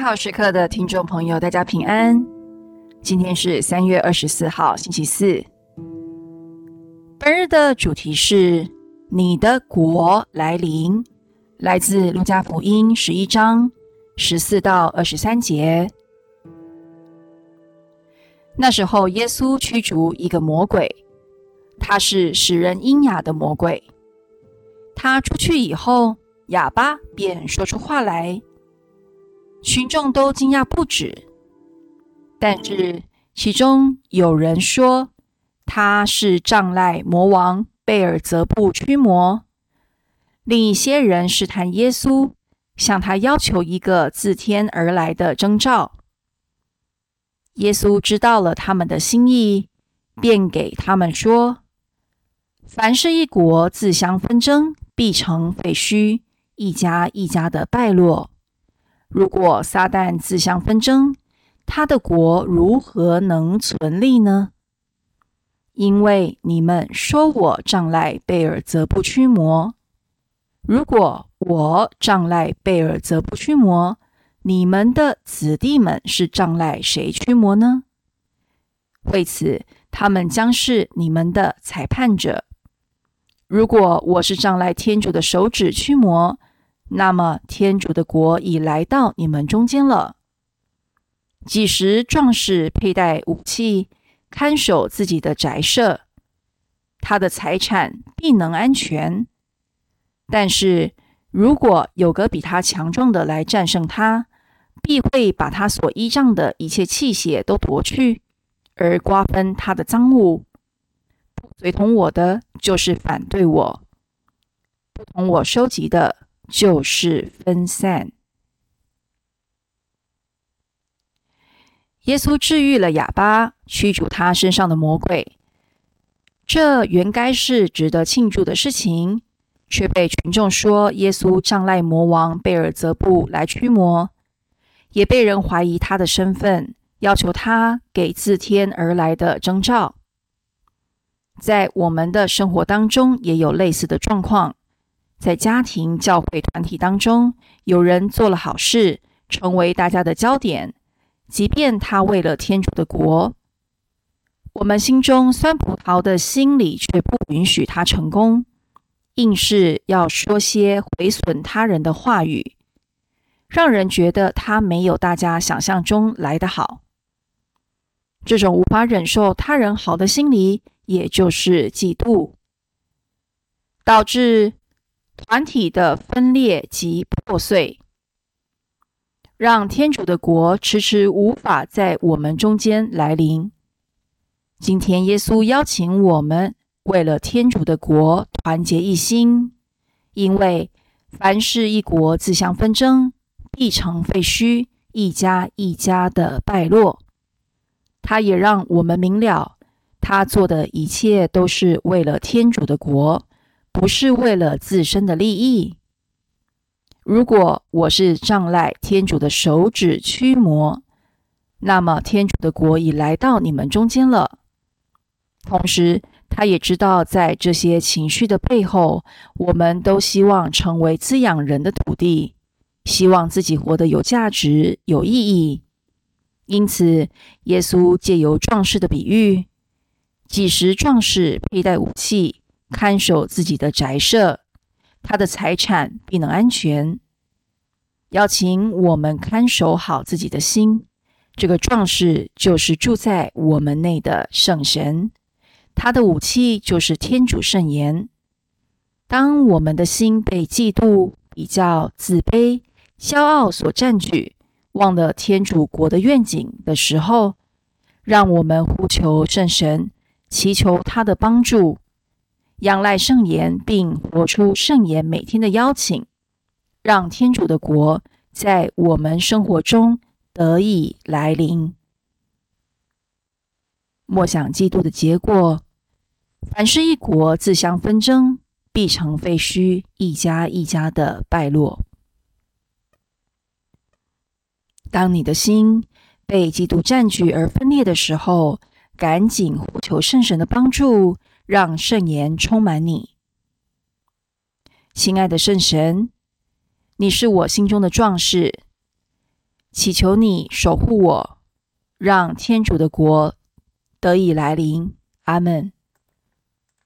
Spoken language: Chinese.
好时刻的听众朋友，大家平安。今天是3月24号，星期四。本日的主题是你的国来临，来自路加福音11章14到23节。那时候，耶稣驱逐一个魔鬼，他是使人聋哑的魔鬼。他出去以后，哑巴便说出话来，群众都惊讶不止。但是其中有人说他是障赖魔王贝尔泽布驱魔。另一些人试探耶稣，向他要求一个自天而来的征兆。耶稣知道了他们的心意，便给他们说：凡是一国自相纷争，必成废墟，一家一家的败落。如果撒旦自相纷争，他的国如何能存立呢？因为你们说我障赖贝尔泽布驱魔。如果我障赖贝尔泽布驱魔，你们的子弟们是障赖谁驱魔呢？为此，他们将是你们的裁判者。如果我是障赖天主的手指驱魔，那么天主的国已来到你们中间了。几时壮士佩戴武器，看守自己的宅舍，他的财产必能安全。但是如果有个比他强壮的来战胜他，必会把他所依仗的一切器械都夺去，而瓜分他的赃物。不随同我的，就是反对我；不同我收集的，就是分散。耶稣治愈了哑巴，驱逐他身上的魔鬼。这原该是值得庆祝的事情，却被群众说耶稣障赖魔王贝尔泽布来驱魔，也被人怀疑他的身份，要求他给自天而来的征兆。在我们的生活当中也有类似的状况，在家庭、教会团体当中，有人做了好事，成为大家的焦点，即便他为了天主的国，我们心中酸葡萄的心理却不允许他成功，硬是要说些毁损他人的话语，让人觉得他没有大家想象中来得好。这种无法忍受他人好的心理，也就是嫉妒，导致团体的分裂及破碎，让天主的国迟迟无法在我们中间来临。今天耶稣邀请我们为了天主的国团结一心，因为凡是一国自相纷争，必成废墟，一家一家的败落。他也让我们明了，他做的一切都是为了天主的国，不是为了自身的利益。如果我是障赖天主的手指驱魔，那么天主的国已来到你们中间了。同时，他也知道在这些情绪的背后，我们都希望成为滋养人的土地，希望自己活得有价值、有意义。因此，耶稣借由壮士的比喻，几时壮士佩戴武器，看守自己的宅舍，他的财产必能安全。邀请我们看守好自己的心，这个壮士就是住在我们内的圣神，他的武器就是天主圣言。当我们的心被嫉妒、比较、自卑、骄傲所占据，忘了天主国的愿景的时候，让我们呼求圣神，祈求他的帮助，仰赖圣言，并活出圣言每天的邀请，让天主的国在我们生活中得以来临。默想嫉妒的结果，凡是一国自相纷争，必成废墟，一家一家的败落。当你的心被嫉妒占据而分裂的时候，赶紧呼求圣神的帮助，让圣言充满你。亲爱的圣神，你是我心中的壮士， 祈求你守护我，让天主的国得以来临。阿们。